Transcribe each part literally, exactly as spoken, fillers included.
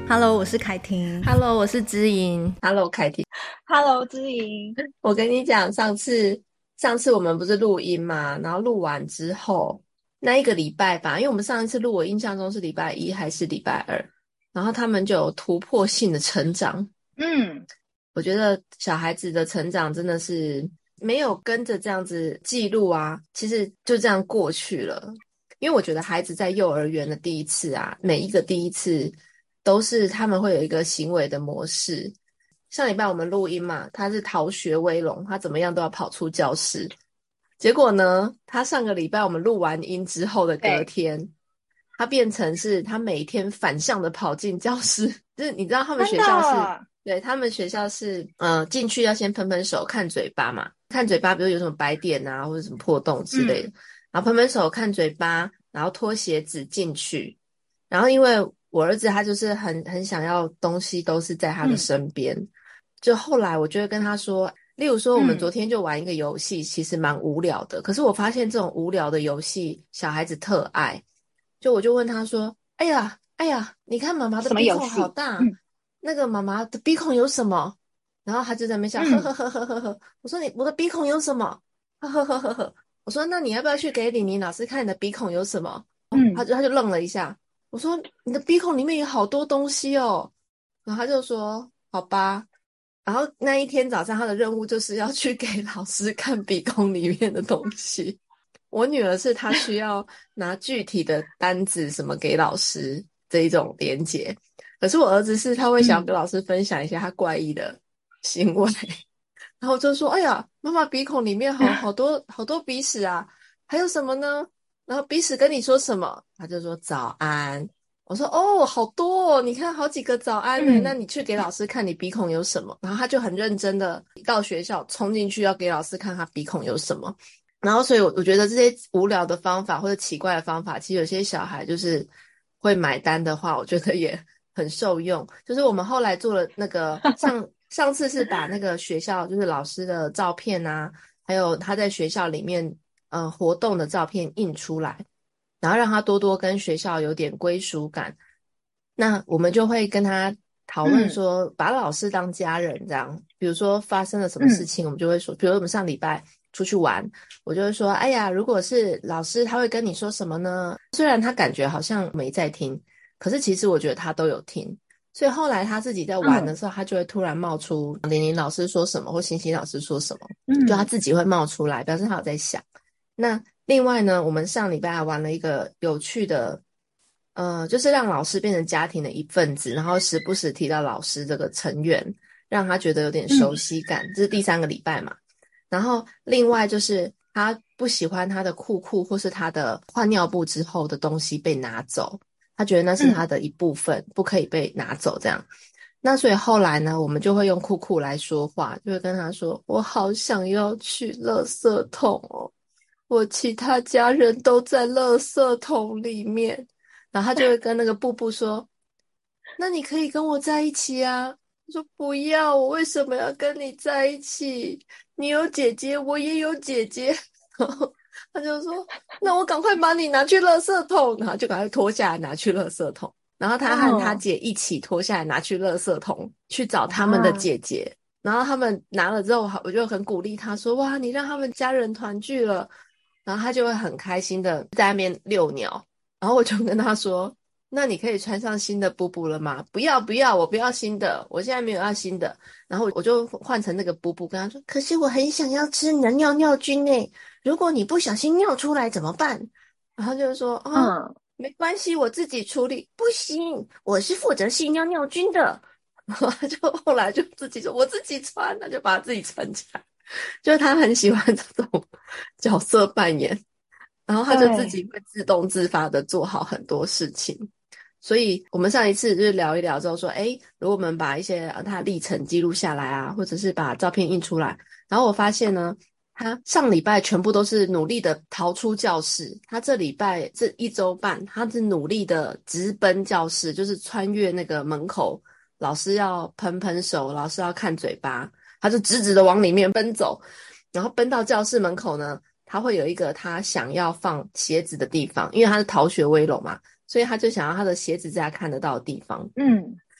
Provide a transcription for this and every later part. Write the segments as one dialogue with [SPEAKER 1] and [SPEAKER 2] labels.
[SPEAKER 1] Hello，我是凯婷。
[SPEAKER 2] Hello，我是知莹。
[SPEAKER 3] Hello，凯婷。
[SPEAKER 4] Hello，知莹。
[SPEAKER 3] 我跟你讲，上次上次我们不是录音嘛，然后录完之后那一个礼拜吧，因为我们上一次录我印象中是礼拜一还是礼拜二，然后他们就有突破性的成长。
[SPEAKER 4] 嗯，
[SPEAKER 3] 我觉得小孩子的成长真的是没有跟着这样子记录啊，其实就这样过去了。因为我觉得孩子在幼儿园的第一次啊，每一个第一次都是他们会有一个行为的模式。上礼拜我们录音嘛，他是逃学威龙，他怎么样都要跑出教室。结果呢，他上个礼拜我们录完音之后的隔天，他变成是他每天反向的跑进教室。就是你知道他们学校是，对，他们学校是，呃，进去要先喷喷手、看嘴巴嘛，看嘴巴，比如有什么白点啊，或者什么破洞之类的，嗯、然后喷喷手、看嘴巴，然后脱鞋子进去。然后因为我儿子他就是很很想要东西都是在他的身边。嗯，就后来我就会跟他说，例如说我们昨天就玩一个游戏，嗯、其实蛮无聊的，可是我发现这种无聊的游戏小孩子特爱。就我就问他说，哎呀哎呀，你看妈妈的鼻孔好大，嗯、那个妈妈的鼻孔有什么？然后他就在那边笑，呵呵呵呵呵呵。我说你我的鼻孔有什么？呵呵呵呵呵。我说那你要不要去给李宁老师看你的鼻孔有什么？嗯，他就他就愣了一下。我说你的鼻孔里面有好多东西哦。然后他就说好吧。然后那一天早上他的任务就是要去给老师看鼻孔里面的东西。我女儿是她需要拿具体的单子什么给老师这一种连结，可是我儿子是他会想要跟老师分享一下他怪异的行为。嗯、然后就说哎呀妈妈鼻孔里面好好多好多鼻屎啊，还有什么呢？然后鼻屎跟你说什么？他就说早安。我说哦好多哦，你看好几个早安呢、嗯、那你去给老师看你鼻孔有什么。然后他就很认真的到学校冲进去要给老师看他鼻孔有什么。然后所以我觉得这些无聊的方法或者奇怪的方法，其实有些小孩就是会买单的话，我觉得也很受用。就是我们后来做了那个上上次是把那个学校就是老师的照片啊，还有他在学校里面呃活动的照片印出来，然后让他多多跟学校有点归属感。那我们就会跟他讨论说，嗯、把老师当家人这样。比如说发生了什么事情，嗯、我们就会说，比如我们上礼拜出去玩，我就会说，哎呀，如果是老师，他会跟你说什么呢？虽然他感觉好像没在听，可是其实我觉得他都有听。所以后来他自己在玩的时候，嗯、他就会突然冒出玲玲老师说什么，或星星老师说什么，嗯、就他自己会冒出来，表示他有在想。那另外呢，我们上礼拜还玩了一个有趣的。呃，就是让老师变成家庭的一份子，然后时不时提到老师这个成员，让他觉得有点熟悉感。嗯、这是第三个礼拜嘛。然后另外就是他不喜欢他的裤裤或是他的换尿布之后的东西被拿走，他觉得那是他的一部分，嗯、不可以被拿走这样。那所以后来呢，我们就会用裤裤来说话，就会跟他说：“我好想要去垃圾桶哦，我其他家人都在垃圾桶里面。”然后他就会跟那个布布说，那你可以跟我在一起啊。他说不要，我为什么要跟你在一起？你有姐姐，我也有姐姐。然后他就说，那我赶快把你拿去垃圾桶。然后就赶快脱下来拿去垃圾桶。然后他和他姐一起脱下来拿去垃圾桶，去找他们的姐姐。然后他们拿了之后，我就很鼓励他说，哇，你让他们家人团聚了。然后他就会很开心的在那边遛鸟。然后我就跟他说，那你可以穿上新的布布了吗？不要不要，我不要新的，我现在没有要新的。然后我就换成那个布布跟他说，可是我很想要吃你的尿尿菌耶，如果你不小心尿出来怎么办？然后就说啊、哦嗯、没关系，我自己处理。不行，我是负责吸尿尿菌的。然后他就后来就自己说我自己穿，他就把他自己穿起来。就是他很喜欢这种角色扮演，然后他就自己会自动自发的做好很多事情。所以我们上一次就是聊一聊之后说，诶，如果我们把一些他历程记录下来啊，或者是把照片印出来，然后我发现呢，他上礼拜全部都是努力的逃出教室，他这礼拜这一周半他是努力的直奔教室，就是穿越那个门口，老师要喷喷手，老师要看嘴巴，他就直直的往里面奔走。然后奔到教室门口呢，他会有一个他想要放鞋子的地方，因为他是逃学威龙嘛，所以他就想要他的鞋子在他看得到的地方。嗯，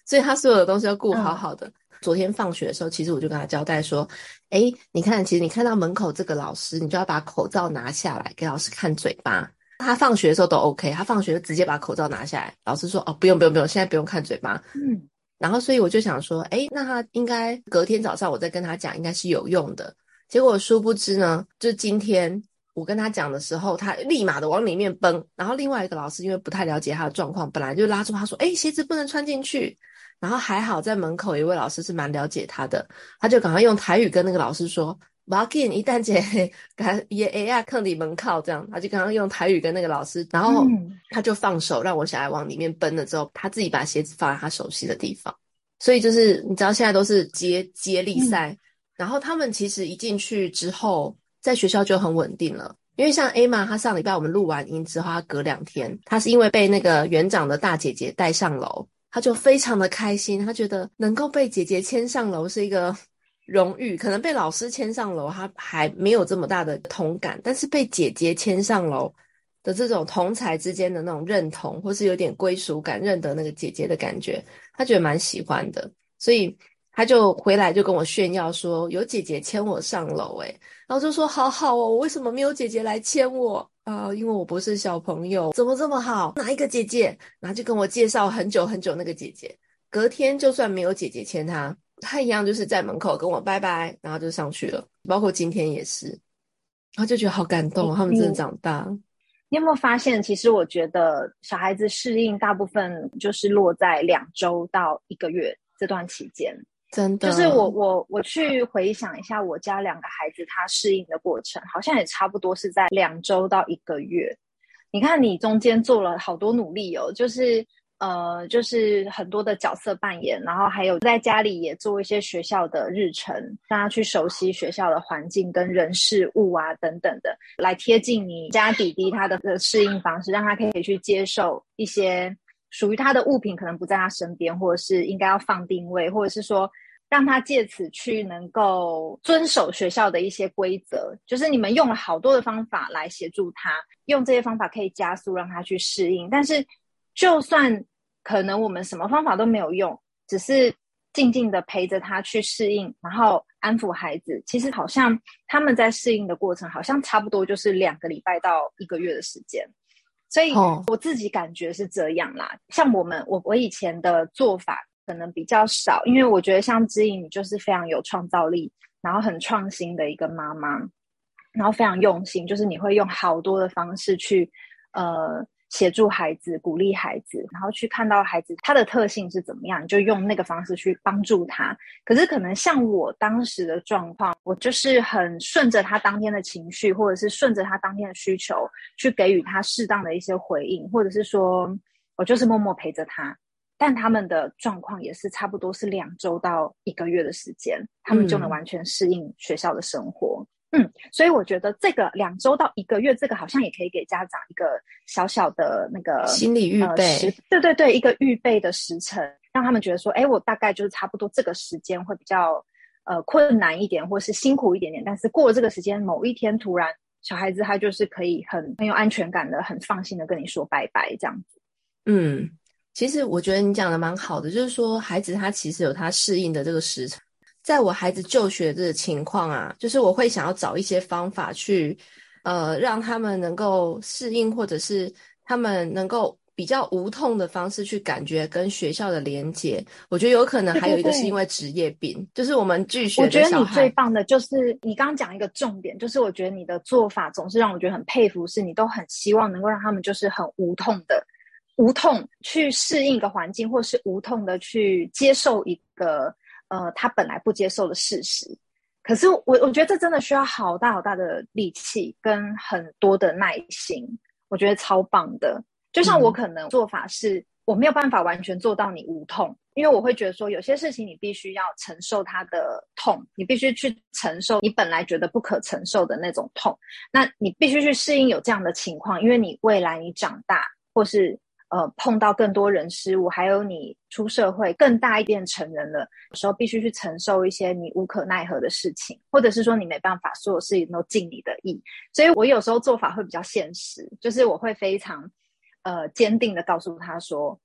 [SPEAKER 3] 所以他所有的东西要顾好
[SPEAKER 4] 嗯
[SPEAKER 3] 好的。昨天放学的时候，其实我就跟他交代说，诶，你看，其实你看到门口这个老师，你就要把口罩拿下来，给老师看嘴巴。他放学的时候都 OK， 他放学就直接把口罩拿下来。老师说，哦，不用不用不用，现在不用看嘴巴。
[SPEAKER 4] 嗯
[SPEAKER 3] 然后所以我就想说，诶，那他应该隔天早上我再跟他讲，应该是有用的。结果殊不知呢，就今天我跟他讲的时候，他立马的往里面奔。然后另外一个老师因为不太了解他的状况，本来就拉住他说，诶，鞋子不能穿进去。然后还好在门口有一位老师是蛮了解他的，他就赶快用台语跟那个老师说，不要紧，一旦姐也也要看你门口这样。他就刚刚用台语跟那个老师，然后
[SPEAKER 4] 嗯，
[SPEAKER 3] 他就放手让我小孩往里面奔了之后，他自己把鞋子放在他熟悉的地方。所以就是你知道现在都是接接力赛，
[SPEAKER 4] 嗯
[SPEAKER 3] 然后他们其实一进去之后，在学校就很稳定了。因为像 Emma，她上礼拜我们录完音之后，她隔两天，她是因为被那个园长的大姐姐带上楼，她就非常的开心，她觉得能够被姐姐牵上楼是一个荣誉。可能被老师牵上楼，她还没有这么大的同感，但是被姐姐牵上楼的这种同才之间的那种认同，或是有点归属感，认得那个姐姐的感觉，她觉得蛮喜欢的。所以他就回来就跟我炫耀说有姐姐牵我上楼诶，然后就说好好哦，我为什么没有姐姐来牵我啊、呃因为我不是小朋友，怎么这么好？哪一个姐姐？然后就跟我介绍很久很久那个姐姐。隔天就算没有姐姐牵他，他一样就是在门口跟我拜拜，然后就上去了。包括今天也是，然后就觉得好感动哦，他们真的
[SPEAKER 4] 你
[SPEAKER 3] 长大。
[SPEAKER 4] 你有没有发现，其实我觉得小孩子适应大部分就是落在两周到一个月这段期间。
[SPEAKER 3] 真
[SPEAKER 4] 就是我
[SPEAKER 3] 的。
[SPEAKER 4] 我我去回想一下我家两个孩子他适应的过程，好像也差不多是在两周到一个月。你看你中间做了好多努力哦，就是呃，就是很多的角色扮演，然后还有在家里也做一些学校的日程，让他去熟悉学校的环境跟人事物啊等等的，来贴近你家弟弟他的适应方式，让他可以去接受一些属于他的物品可能不在他身边，或者是应该要放定位，或者是说让他借此去能够遵守学校的一些规则，就是你们用了好多的方法来协助他，用这些方法可以加速让他去适应。但是就算可能我们什么方法都没有用，只是静静的陪着他去适应，然后安抚孩子，其实好像他们在适应的过程好像差不多就是两个礼拜到一个月的时间。所以
[SPEAKER 3] 哦，
[SPEAKER 4] 我自己感觉是这样啦。像我们我我以前的做法可能比较少，因为我觉得像知颖你就是非常有创造力，然后很创新的一个妈妈，然后非常用心，就是你会用好多的方式去呃协助孩子，鼓励孩子，然后去看到孩子他的特性是怎么样，你就用那个方式去帮助他。可是可能像我当时的状况，我就是很顺着他当天的情绪，或者是顺着他当天的需求，去给予他适当的一些回应，或者是说我就是默默陪着他。但他们的状况也是差不多是两周到一个月的时间，他们就能
[SPEAKER 3] 嗯，
[SPEAKER 4] 完全适应学校的生活。嗯，所以我觉得这个两周到一个月，这个好像也可以给家长一个小小的那个
[SPEAKER 3] 心理预
[SPEAKER 4] 呃时，
[SPEAKER 3] 备。
[SPEAKER 4] 对对对，一个预备的时程，让他们觉得说，哎，我大概就是差不多这个时间会比较呃困难一点，或是辛苦一点点，但是过了这个时间，某一天突然小孩子他就是可以很很有安全感的，很放心的跟你说拜拜这样子。
[SPEAKER 3] 嗯，其实我觉得你讲的蛮好的，就是说孩子他其实有他适应的这个时程。在我孩子就学这个情况啊，就是我会想要找一些方法去，呃，让他们能够适应，或者是他们能够比较无痛的方式去感觉跟学校的连结。我觉得有可能
[SPEAKER 4] 对
[SPEAKER 3] 还有一个是因
[SPEAKER 4] 对对，
[SPEAKER 3] 为职业病，就是我们拒学的
[SPEAKER 4] 我觉得你最
[SPEAKER 3] 小孩。
[SPEAKER 4] 棒的就是你刚刚讲一个重点，就是我觉得你的做法总是让我觉得很佩服，是你都很希望能够让他们就是很无痛的、无痛去适应一个环境，或是无痛的去接受一个呃他本来不接受的事实。可是我我觉得这真的需要好大好大的力气跟很多的耐心，我觉得超棒的。就像我
[SPEAKER 3] 嗯
[SPEAKER 4] 可能做法是我没有办法完全做到你无痛，因为我会觉得说有些事情你必须要承受它的痛，你必须去承受你本来觉得不可承受的那种痛，那你必须去适应有这样的情况，因为你未来你长大或是呃碰到更多人事物，还有你出社会更大一点成人了，有时候必须去承受一些你无可奈何的事情，或者是说你没办法所有事情都尽你的意。所以我有时候做法会比较现实，就是我会非常呃坚定的告诉他说，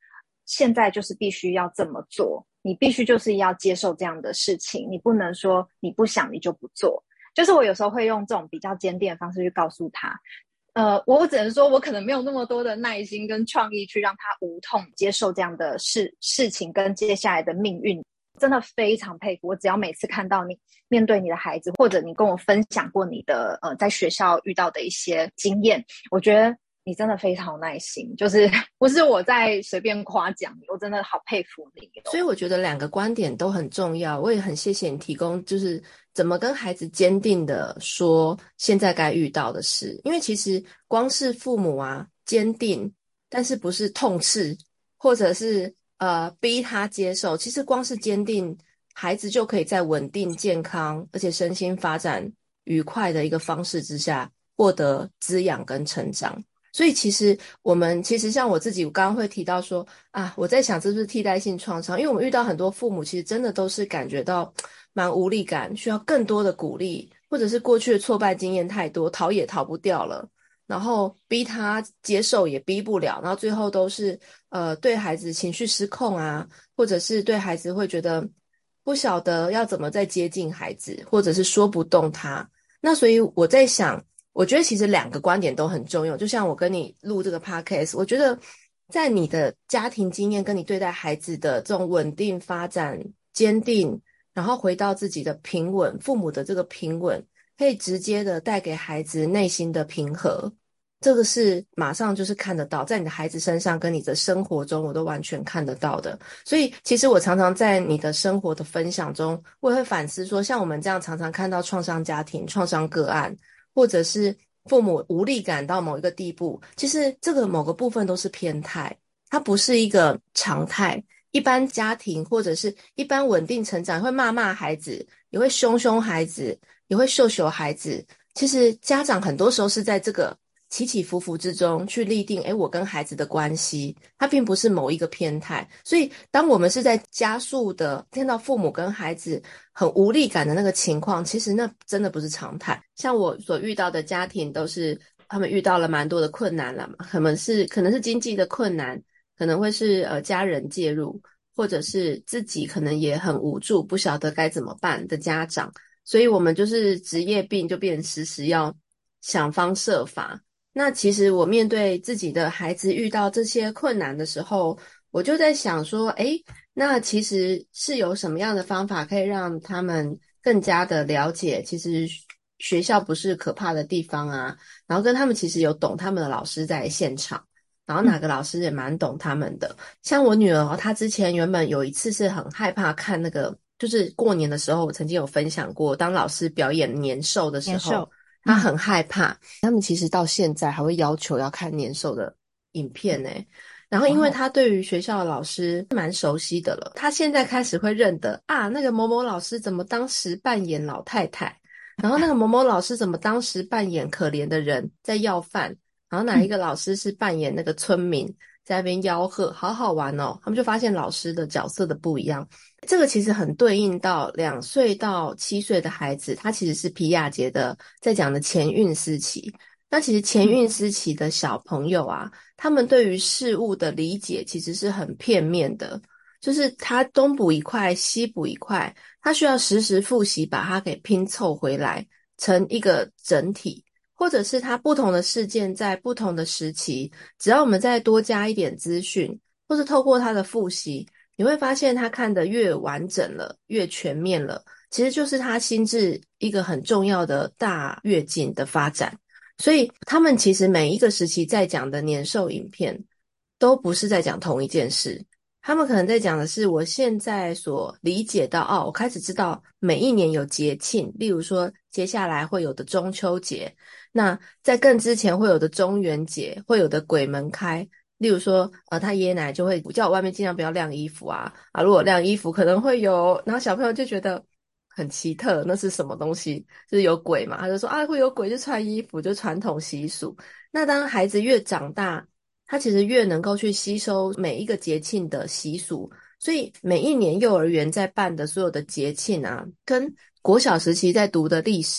[SPEAKER 4] 现在就是必须要这么做，你必须就是要接受这样的事情，你不能说你不想你就不做。就是我有时候会用这种比较坚定的方式去告诉他，呃，我只能说我可能没有那么多的耐心跟创意去让他无痛接受这样的事事情跟接下来的命运。真的非常佩服，我只要每次看到你面对你的孩子，或者你跟我分享过你的呃在学校遇到的一些经验，我觉得你真的非常有耐心，就是不是我在随便夸奖你，我真的好佩服你哦。
[SPEAKER 3] 所以我觉得两个观点都很重要，我也很谢谢你提供就是怎么跟孩子坚定的说现在该遇到的事，因为其实光是父母啊坚定，但是不是痛斥或者是呃逼他接受，其实光是坚定，孩子就可以在稳定健康而且身心发展愉快的一个方式之下获得滋养跟成长。所以其实我们其实像我自己，我刚刚会提到说啊，我在想这是不是替代性创伤，因为我们遇到很多父母其实真的都是感觉到蛮无力感，需要更多的鼓励，或者是过去的挫败经验太多，逃也逃不掉了，然后逼他接受也逼不了，然后最后都是呃对孩子情绪失控啊，或者是对孩子会觉得不晓得要怎么再接近孩子，或者是说不动他。那所以我在想，我觉得其实两个观点都很重要，就像我跟你录这个 podcast， 我觉得在你的家庭经验跟你对待孩子的这种稳定发展、坚定，然后回到自己的平稳，父母的这个平稳，可以直接的带给孩子内心的平和。这个是马上就是看得到，在你的孩子身上跟你的生活中，我都完全看得到的。所以其实我常常在你的生活的分享中，我也会反思说，像我们这样常常看到创伤家庭、创伤个案，或者是父母无力感到某一个地步，其实这个某个部分都是偏态，它不是一个常态。一般家庭或者是一般稳定成长会骂骂孩子，也会凶凶孩子，也会秀秀孩子。其实家长很多时候是在这个起起伏伏之中去立定，诶，我跟孩子的关系，它并不是某一个偏态。所以当我们是在加速的听到父母跟孩子很无力感的那个情况，其实那真的不是常态。像我所遇到的家庭都是他们遇到了蛮多的困难了嘛，可能是可能是经济的困难，可能会是呃家人介入，或者是自己可能也很无助，不晓得该怎么办的家长。所以我们就是职业病就变成时时要想方设法。那其实我面对自己的孩子遇到这些困难的时候，我就在想说，诶，那其实是有什么样的方法可以让他们更加的了解，其实学校不是可怕的地方啊，然后跟他们其实有懂他们的老师在现场，然后哪个老师也蛮懂他们的。像我女儿，她之前原本有一次是很害怕看那个，就是过年的时候，我曾经有分享过，当老师表演年兽的时候，
[SPEAKER 4] 年兽，嗯，
[SPEAKER 3] 她很害怕。他们其实到现在还会要求要看年兽的影片呢。然后因为
[SPEAKER 4] 哦，
[SPEAKER 3] 他对于学校的老师蛮熟悉的了，他现在开始会认得啊，那个某某老师怎么当时扮演老太太，然后那个某某老师怎么当时扮演可怜的人在要饭，然后哪一
[SPEAKER 4] 嗯
[SPEAKER 3] 个老师是扮演那个村民在那边吆喝，好好玩哦。他们就发现老师的角色的不一样，这个其实很对应到两岁到七岁的孩子，他其实是皮亚杰的在讲的前运思期。那其实前
[SPEAKER 4] 嗯
[SPEAKER 3] 运思期的小朋友啊，他们对于事物的理解其实是很片面的，就是他东补一块西补一块，他需要时时复习把它给拼凑回来成一个整体，或者是他不同的事件在不同的时期，只要我们再多加一点资讯，或是透过他的复习，你会发现他看得越完整了，越全面了，其实就是他心智一个很重要的大跃进的发展。所以他们其实每一个时期在讲的年兽影片，都不是在讲同一件事。他们可能在讲的是我现在所理解到，哦，我开始知道每一年有节庆，例如说接下来会有的中秋节，那在更之前会有的中元节，会有的鬼门开。例如说，呃，他爷爷奶奶就会叫我外面尽量不要晾衣服啊，啊，如果晾衣服可能会有，然后小朋友就觉得很奇特，那是什么东西？就是有鬼嘛，他就说啊，会有鬼就穿衣服，就传统习俗。那当孩子越长大，他其实越能够去吸收每一个节庆的习俗，所以每一年幼儿园在办的所有的节庆啊，跟国小时期在读的历史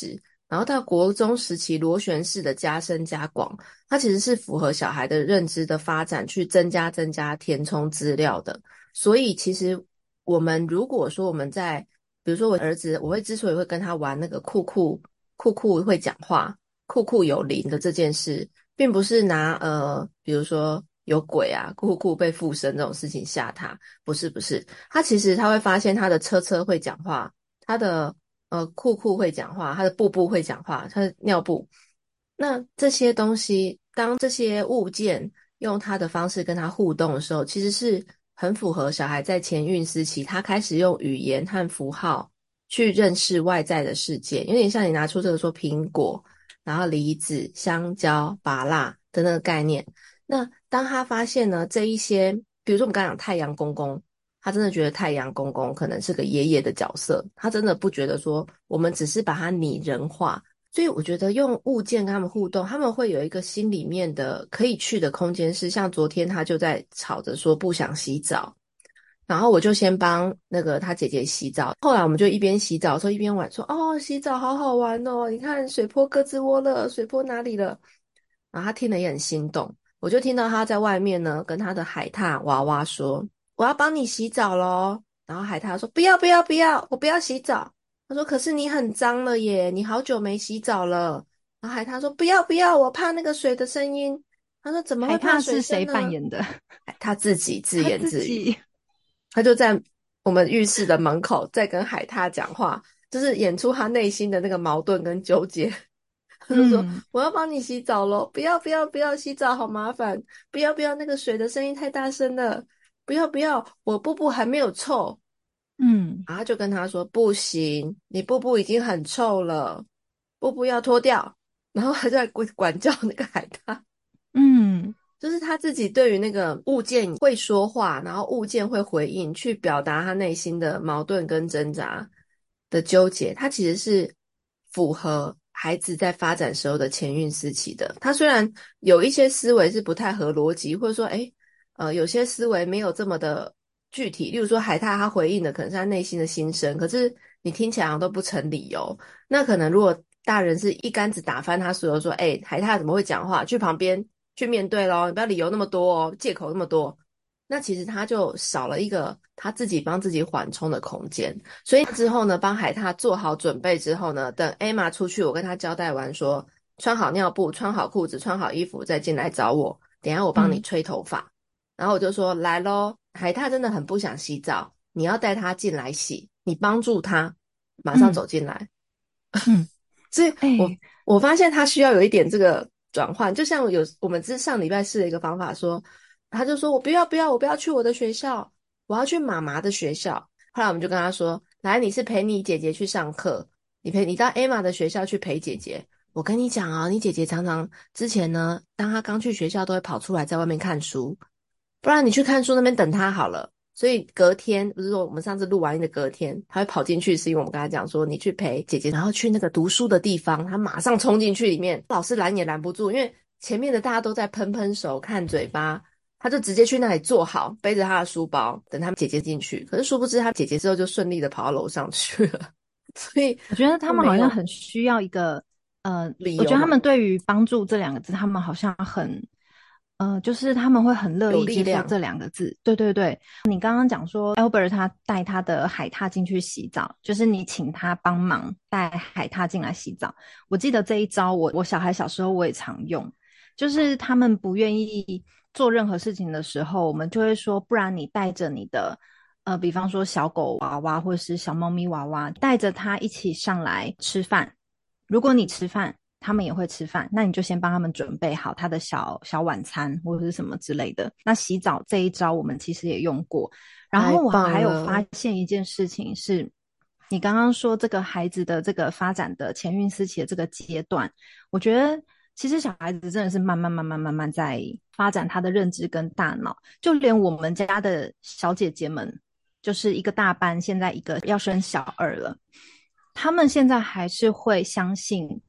[SPEAKER 3] 然后到国中时期螺旋式的加深加广，它其实是符合小孩的认知的发展去增加增加填充资料的。所以其实我们如果说我们在比如说我儿子，我会之所以会跟他玩那个酷酷酷酷会讲话酷酷有灵的这件事，并不是拿呃比如说有鬼啊酷酷被附身这种事情吓他，不是不是，他其实他会发现他的车车会讲话，他的呃裤裤会讲话，他的布布会讲话，他的尿布。那这些东西，当这些物件用他的方式跟他互动的时候，其实是很符合小孩在前运思期，他开始用语言和符号去认识外在的世界，有点像你拿出这个说苹果，然后梨子、香蕉、芭乐的那个概念。那当他发现呢这一些，比如说我们刚刚讲太阳公公，他真的觉得太阳公公可能是个爷爷的角色，他真的不觉得说我们只是把它拟人化。所以我觉得用物件跟他们互动，他们会有一个心里面的可以去的空间，是像昨天他就在吵着说不想洗澡，然后我就先帮那个他姐姐洗澡，后来我们就一边洗澡的时候一边玩说，哦，洗澡好好玩哦，你看水波胳肢窝了，水波哪里了，然后他听了也很心动，我就听到他在外面呢跟他的海獭娃娃说，我要帮你洗澡咯，然后海獭说不要不要不要，我不要洗澡，他说可是你很脏了耶，你好久没洗澡了，然后海獭说不要不要，我怕那个水的声音，他说怎么会
[SPEAKER 1] 海
[SPEAKER 3] 怕水
[SPEAKER 1] 獭是谁
[SPEAKER 3] 声呢？
[SPEAKER 1] 扮演的？
[SPEAKER 3] 他自己自
[SPEAKER 1] 他
[SPEAKER 3] 言自语，
[SPEAKER 1] 自己。
[SPEAKER 3] 他就在我们浴室的门口在跟海獭讲话，就是演出他内心的那个矛盾跟纠结。他就说：
[SPEAKER 1] 嗯
[SPEAKER 3] “我要帮你洗澡咯，不要不要不要洗澡，好麻烦！不要不要，那个水的声音太大声了！不要不要，我布布还没有臭。”
[SPEAKER 1] 嗯
[SPEAKER 3] 然后他就跟他说：“不行，你布布已经很臭了，布布要脱掉。”然后他就在管管教那个海獭。
[SPEAKER 1] 嗯
[SPEAKER 3] 就是他自己对于那个物件会说话，然后物件会回应，去表达他内心的矛盾跟挣扎的纠结，他其实是符合孩子在发展时候的前运思期的。他虽然有一些思维是不太合逻辑，或者说，诶，呃，有些思维没有这么的具体，例如说海獭他回应的可能是他内心的心声，可是你听起来好像都不成理由。那可能如果大人是一竿子打翻他所有说，诶，海獭怎么会讲话？去旁边去面对咯，你不要理由那么多哦，借口那么多。那其实他就少了一个他自己帮自己缓冲的空间。所以之后呢，帮海獭做好准备之后呢，等 Emma 出去，我跟他交代完说，穿好尿布，穿好裤子，穿好衣服，再进来找我。等一下我帮你
[SPEAKER 1] 嗯
[SPEAKER 3] 吹头发。然后我就说来咯，海獭真的很不想洗澡，你要带他进来洗，你帮助他，马上
[SPEAKER 1] 嗯
[SPEAKER 3] 走进来。
[SPEAKER 1] 嗯，
[SPEAKER 3] 所以我
[SPEAKER 1] 哎，
[SPEAKER 3] 我发现他需要有一点这个转换，就像有我们之上礼拜试了一个方法说，他就说我不要不要我不要去我的学校，我要去妈妈的学校。后来我们就跟他说，来你是陪你姐姐去上课，你陪你到 Emma 的学校去陪姐姐。我跟你讲啊，你姐姐常常之前呢，当她刚去学校都会跑出来在外面看书，不然你去看书那边等她好了。所以隔天不是说我们上次录完音的隔天，他会跑进去，是因为我们跟他讲说，你去陪姐姐，然后去那个读书的地方，他马上冲进去里面，老师拦也拦不住，因为前面的大家都在喷喷手、看嘴巴，他就直接去那里坐好，背着他的书包，等他们姐姐进去。可是殊不知，他姐姐之后就顺利的跑到楼上去了，所以
[SPEAKER 1] 我觉得他们好像
[SPEAKER 3] 就没有
[SPEAKER 1] 很需要一个，呃，
[SPEAKER 3] 理由嘛，
[SPEAKER 1] 我觉得他们对于帮助这两个字，他们好像很，呃，就是他们会很乐
[SPEAKER 3] 有
[SPEAKER 1] 意
[SPEAKER 3] 力量。
[SPEAKER 1] 接受这两个字。对对对，你刚刚讲说，Albert 他带他的海獭进去洗澡，就是你请他帮忙带海獭进来洗澡。我记得这一招我，我小孩小时候我也常用，就是他们不愿意做任何事情的时候，我们就会说，不然你带着你的。呃，比方说小狗娃娃或者是小猫咪娃娃，带着它一起上来吃饭。如果你吃饭，他们也会吃饭，那你就先帮他们准备好他的小小晚餐或者是什么之类的。那洗澡这一招我们其实也用过。然
[SPEAKER 3] 太
[SPEAKER 1] 后我还有
[SPEAKER 3] 棒了，
[SPEAKER 1] 发现一件事情是，你刚刚说这个孩子的这个发展的前运思期的这个阶段，我觉得其实小孩子真的是慢慢慢慢慢慢在发展他的认知跟大脑，就连我们家的小姐姐们。就是一个大班，现在一个要升小二了。他们现在还是会相信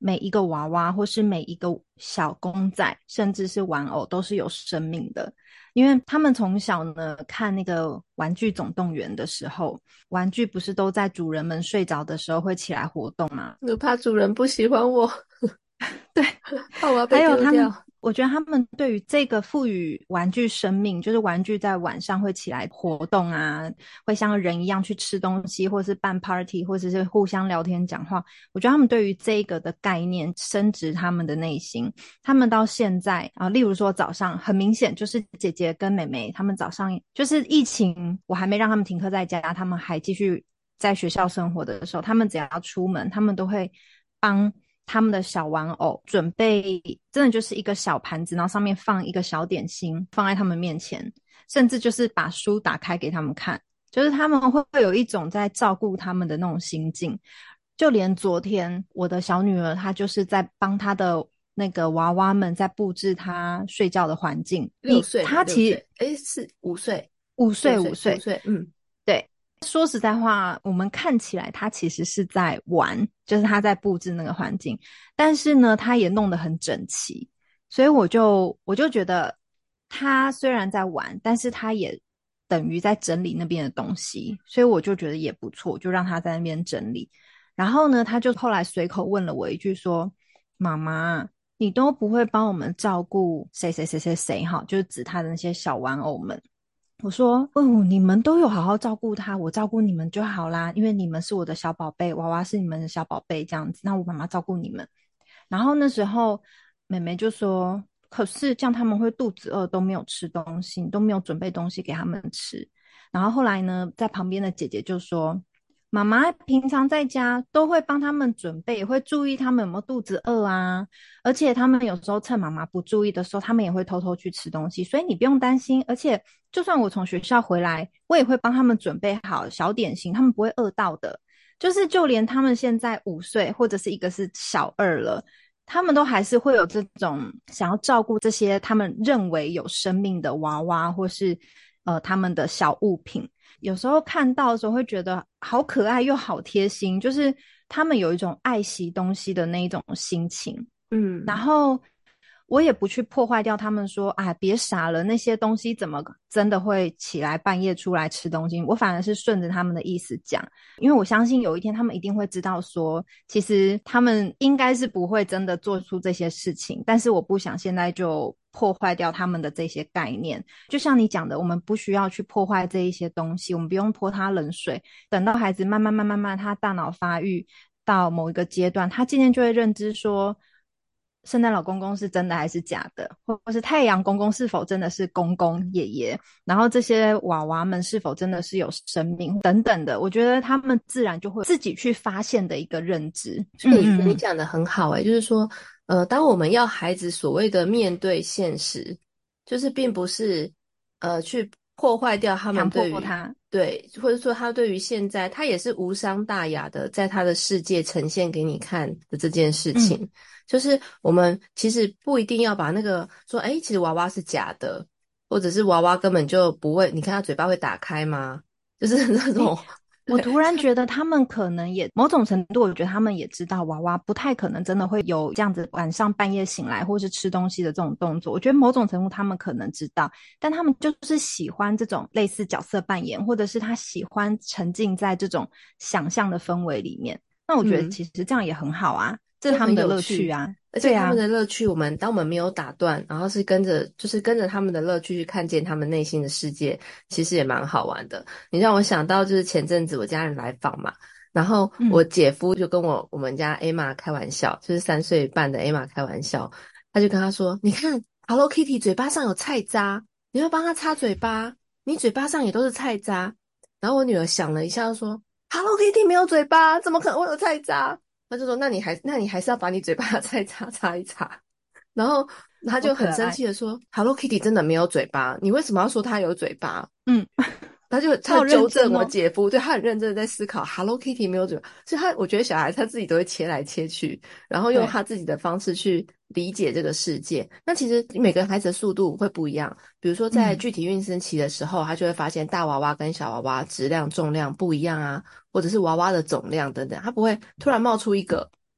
[SPEAKER 1] 每一个娃娃或是每一个小公仔甚至是玩偶都是有生命的。因为他们从小呢看那个玩具总动员的时候，玩具不是都在主人们睡着的时候会起来活动吗？
[SPEAKER 3] 我怕主人不喜欢我
[SPEAKER 1] 对，
[SPEAKER 3] 怕我要被
[SPEAKER 1] 还有他们
[SPEAKER 3] 丢掉。
[SPEAKER 1] 我觉得他们对于这个赋予玩具生命，就是玩具在晚上会起来活动啊，会像人一样去吃东西，或是办 party， 或者是互相聊天讲话，我觉得他们对于这个的概念深植他们的内心。他们到现在啊，例如说早上很明显就是姐姐跟妹妹他们早上就是疫情我还没让他们停课在家，他们还继续在学校生活的时候，他们只要出门他们都会帮他们的小玩偶准备，真的就是一个小盘子，然后上面放一个小点心放在他们面前，甚至就是把书打开给他们看，就是他们会有一种在照顾他们的那种心境。就连昨天我的小女儿她就是在帮她的那个娃娃们在布置她睡觉的环境。
[SPEAKER 3] 六岁嘛，
[SPEAKER 1] 她其实
[SPEAKER 3] 诶是五岁，
[SPEAKER 1] 五岁
[SPEAKER 3] 五
[SPEAKER 1] 五岁
[SPEAKER 3] 五岁，嗯，
[SPEAKER 1] 对，说实在话，我们看起来他其实是在玩，就是他在布置那个环境，但是呢，他也弄得很整齐，所以我就我就觉得他虽然在玩，但是他也等于在整理那边的东西，所以我就觉得也不错，就让他在那边整理。然后呢，他就后来随口问了我一句说：“妈妈，你都不会帮我们照顾谁谁谁谁谁哈，就是指他的那些小玩偶们。”我说哦，你们都有好好照顾他，我照顾你们就好啦，因为你们是我的小宝贝，娃娃是你们的小宝贝这样子，那我妈妈照顾你们。然后那时候妹妹就说，可是这样他们会肚子饿，都没有吃东西，你都没有准备东西给他们吃。然后后来呢，在旁边的姐姐就说，妈妈平常在家都会帮他们准备，也会注意他们有没有肚子饿啊，而且他们有时候趁妈妈不注意的时候，他们也会偷偷去吃东西，所以你不用担心。而且就算我从学校回来，我也会帮他们准备好小点心，他们不会饿到的。就是就连他们现在五岁，或者是一个是小二了，他们都还是会有这种想要照顾这些他们认为有生命的娃娃，或是呃他们的小物品。有时候看到的时候会觉得好可爱又好贴心，就是他们有一种爱惜东西的那一种心情。
[SPEAKER 3] 嗯，
[SPEAKER 1] 然后我也不去破坏掉他们说哎别傻了，那些东西怎么真的会起来半夜出来吃东西，我反而是顺着他们的意思讲，因为我相信有一天他们一定会知道说其实他们应该是不会真的做出这些事情，但是我不想现在就破坏掉他们的这些概念。就像你讲的，我们不需要去破坏这一些东西，我们不用泼他冷水，等到孩子慢慢慢慢慢他大脑发育到某一个阶段，他渐渐就会认知说圣诞老公公是真的还是假的，或是太阳公公是否真的是公公爷爷，然后这些娃娃们是否真的是有生命等等的，我觉得他们自然就会自己去发现的一个认知。
[SPEAKER 3] 所以
[SPEAKER 1] 嗯嗯
[SPEAKER 3] 你讲的很好诶、欸、就是说呃，当我们要孩子所谓的面对现实，就是并不是呃去破坏掉他们
[SPEAKER 1] 强
[SPEAKER 3] 对于
[SPEAKER 1] 迫他
[SPEAKER 3] 对，或者说他对于现在他也是无伤大雅的在他的世界呈现给你看的这件事情、嗯、就是我们其实不一定要把那个说诶其实娃娃是假的，或者是娃娃根本就不会，你看他嘴巴会打开吗？就是那种
[SPEAKER 1] 我突然觉得他们可能也某种程度，我觉得他们也知道娃娃不太可能真的会有这样子晚上半夜醒来或是吃东西的这种动作，我觉得某种程度他们可能知道，但他们就是喜欢这种类似角色扮演，或者是他喜欢沉浸在这种想象的氛围里面，那我觉得其实这样也很好啊、嗯、这是他们的乐趣啊。
[SPEAKER 3] 而且他们的乐趣，我们当我们没有打断，然后是跟着就是跟着他们的乐趣去看见他们内心的世界，其实也蛮好玩的。你让我想到就是前阵子我家人来访嘛，然后我姐夫就跟我我们家 Emma 开玩笑，就是三岁半的 Emma 开玩笑，他就跟他说，你看 Hello Kitty 嘴巴上有菜渣，你要帮他擦嘴巴，你嘴巴上也都是菜渣。然后我女儿想了一下就说 Hello Kitty 没有嘴巴，怎么可能会有菜渣？他就说那你还那你还是要把你嘴巴再擦擦一擦。然后他就很生气的说 Hello Kitty 真的没有嘴巴，你为什么要说他有嘴巴？
[SPEAKER 1] 嗯，
[SPEAKER 3] 他就他就纠正我姐夫、
[SPEAKER 1] 哦、
[SPEAKER 3] 对，他很认真的在思考 Hello Kitty 没有嘴巴，所以他我觉得小孩他自己都会切来切去，然后用他自己的方式去理解这个世界。那其实每个孩子的速度会不一样，比如说在具体孕生期的时候、嗯、他就会发现大娃娃跟小娃娃质量重量不一样啊，或者是娃娃的总量等等，他不会突然冒出一个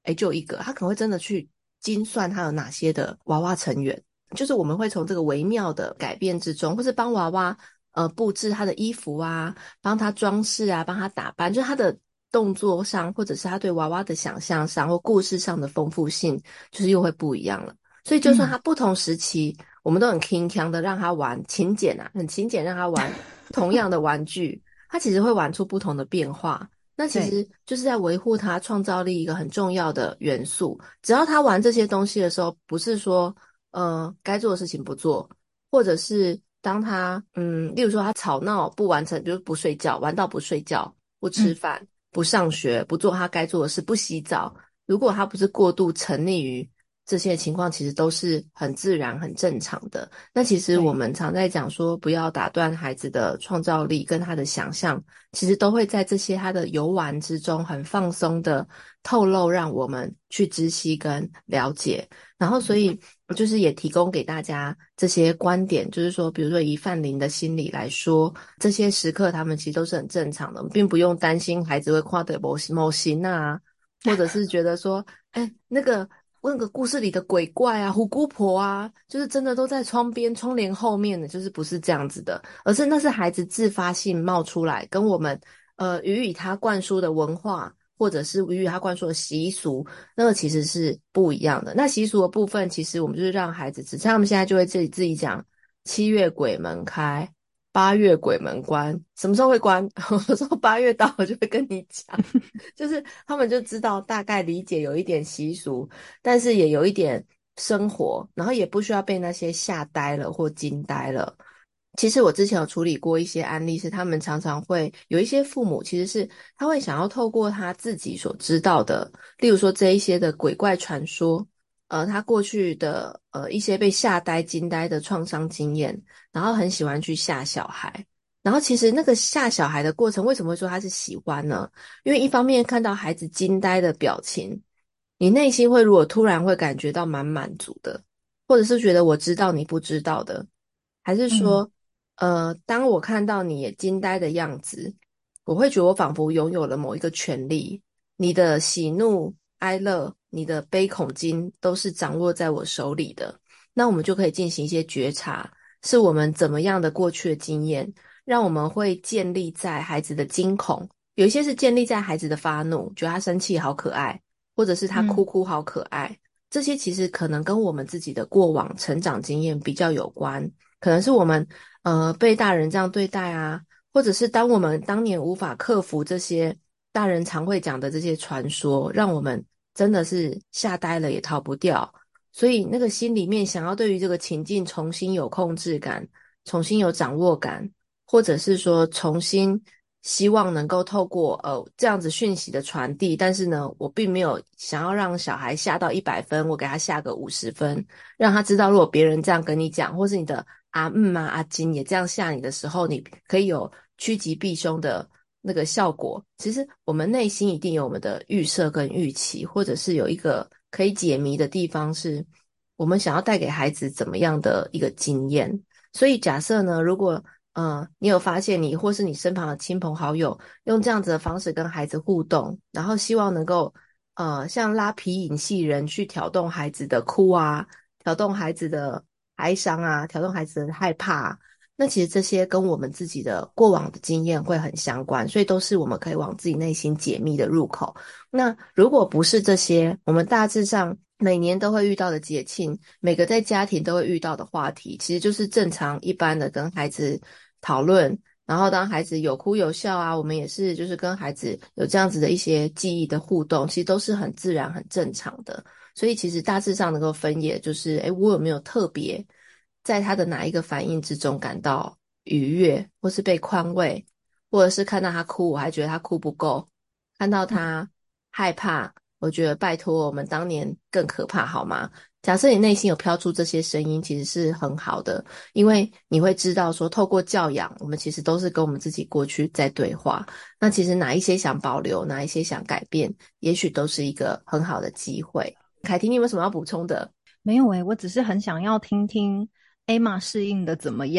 [SPEAKER 3] 诶就一个，他可能会真的去精算他有哪些的娃娃成员，就是我们会从这个微妙的改变之中，或是帮娃娃呃布置他的衣服啊，帮他装饰啊，帮他打扮，就是他的动作上，或者是他对娃娃的想象上或故事上的丰富性，就是又会不一样了。所以就算他不同时期，嗯、我们都很轻强的让他玩勤俭啊，很勤俭让他玩同样的玩具，他其实会玩出不同的变化。那其实就是在维护他创造力一个很重要的元素。只要他玩这些东西的时候，不是说呃该做的事情不做，或者是当他嗯，例如说他吵闹不完成，就是不睡觉，玩到不睡觉，不吃饭，嗯、不上学，不做他该做的事，不洗澡。如果他不是过度沉溺于这些情况，其实都是很自然很正常的。那其实我们常在讲说不要打断孩子的创造力跟他的想象，其实都会在这些他的游玩之中很放松的透露，让我们去知悉跟了解。然后所以就是也提供给大家这些观点，就是说比如说以范琳的心理来说，这些时刻他们其实都是很正常的，并不用担心孩子会看到某某型啊，或者是觉得说哎那个那个故事里的鬼怪啊虎姑婆啊就是真的都在窗边窗帘后面的，就是不是这样子的，而是那是孩子自发性冒出来跟我们呃予以他灌输的文化或者是予以他灌输的习俗，那个其实是不一样的。那习俗的部分其实我们就是让孩子知，像他们现在就会自己自己讲七月鬼门开，八月鬼门关，什么时候会关我说八月到了就会跟你讲就是他们就知道大概理解有一点习俗，但是也有一点生活，然后也不需要被那些吓呆了或惊呆了。其实我之前有处理过一些案例，是他们常常会有一些父母其实是他会想要透过他自己所知道的，例如说这一些的鬼怪传说，呃，他过去的呃一些被吓呆惊呆的创伤经验，然后很喜欢去吓小孩。然后其实那个吓小孩的过程，为什么会说他是喜欢呢？因为一方面看到孩子惊呆的表情，你内心会如果突然会感觉到蛮满足的，或者是觉得我知道你不知道的，还是说，嗯、呃，当我看到你也惊呆的样子，我会觉得我仿佛拥有了某一个权利，你的喜怒哀乐，你的悲恐惊都是掌握在我手里的，那我们就可以进行一些觉察，是我们怎么样的过去的经验，让我们会建立在孩子的惊恐，有一些是建立在孩子的发怒，觉得他生气好可爱，或者是他哭哭好可爱，嗯、这些其实可能跟我们自己的过往成长经验比较有关，可能是我们呃被大人这样对待啊，或者是当我们当年无法克服这些大人常会讲的这些传说，让我们真的是吓呆了也逃不掉，所以那个心里面想要对于这个情境重新有控制感，重新有掌握感，或者是说重新希望能够透过呃这样子讯息的传递，但是呢我并没有想要让小孩下到一百分，我给他下个五十分，让他知道如果别人这样跟你讲，或是你的阿嗯啊阿金也这样吓你的时候，你可以有趋吉避凶的那个效果。其实我们内心一定有我们的预设跟预期，或者是有一个可以解谜的地方，是我们想要带给孩子怎么样的一个经验。所以假设呢，如果呃，你有发现你或是你身旁的亲朋好友用这样子的方式跟孩子互动，然后希望能够呃像拉皮引戏人去挑动孩子的哭啊，挑动孩子的哀伤啊，挑动孩子的害怕啊，那其实这些跟我们自己的过往的经验会很相关，所以都是我们可以往自己内心解密的入口。那如果不是这些，我们大致上每年都会遇到的节庆，每个在家庭都会遇到的话题，其实就是正常一般的跟孩子讨论，然后当孩子有哭有笑啊，我们也是就是跟孩子有这样子的一些记忆的互动，其实都是很自然很正常的。所以其实大致上能够分野就是诶我有没有特别在他的哪一个反应之中感到愉悦，或是被宽慰，或者是看到他哭我还觉得他哭不够，看到他害怕我觉得拜托我们当年更可怕好吗？假设你内心有飘出这些声音，其实是很好的，因为你会知道说透过教养，我们其实都是跟我们自己过去在对话，那其实哪一些想保留，哪一些想改变，也许都是一个很好的机会。凯婷，你有没有什么要补充的？
[SPEAKER 1] 没有诶、我只是很想要听听 Emma 适应的怎么样。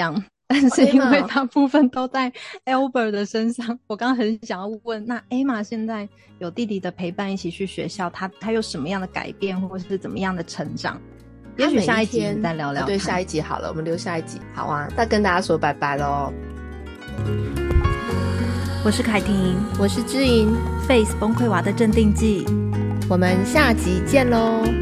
[SPEAKER 1] 但是因为大部分都在 Albert 的身上。我刚刚很想要问，那 Emma 现在有弟弟的陪伴一起去学校，他他有什么样的改变或是怎么样的成长？也许下一集你再聊聊、
[SPEAKER 3] 哦、对，下一集好了，我们留下一集。好啊，那跟大家说拜拜咯。
[SPEAKER 1] 我是凯婷，
[SPEAKER 3] 我是知莹，
[SPEAKER 1] Face 崩溃娃的镇定剂，
[SPEAKER 3] 我们下集见咯。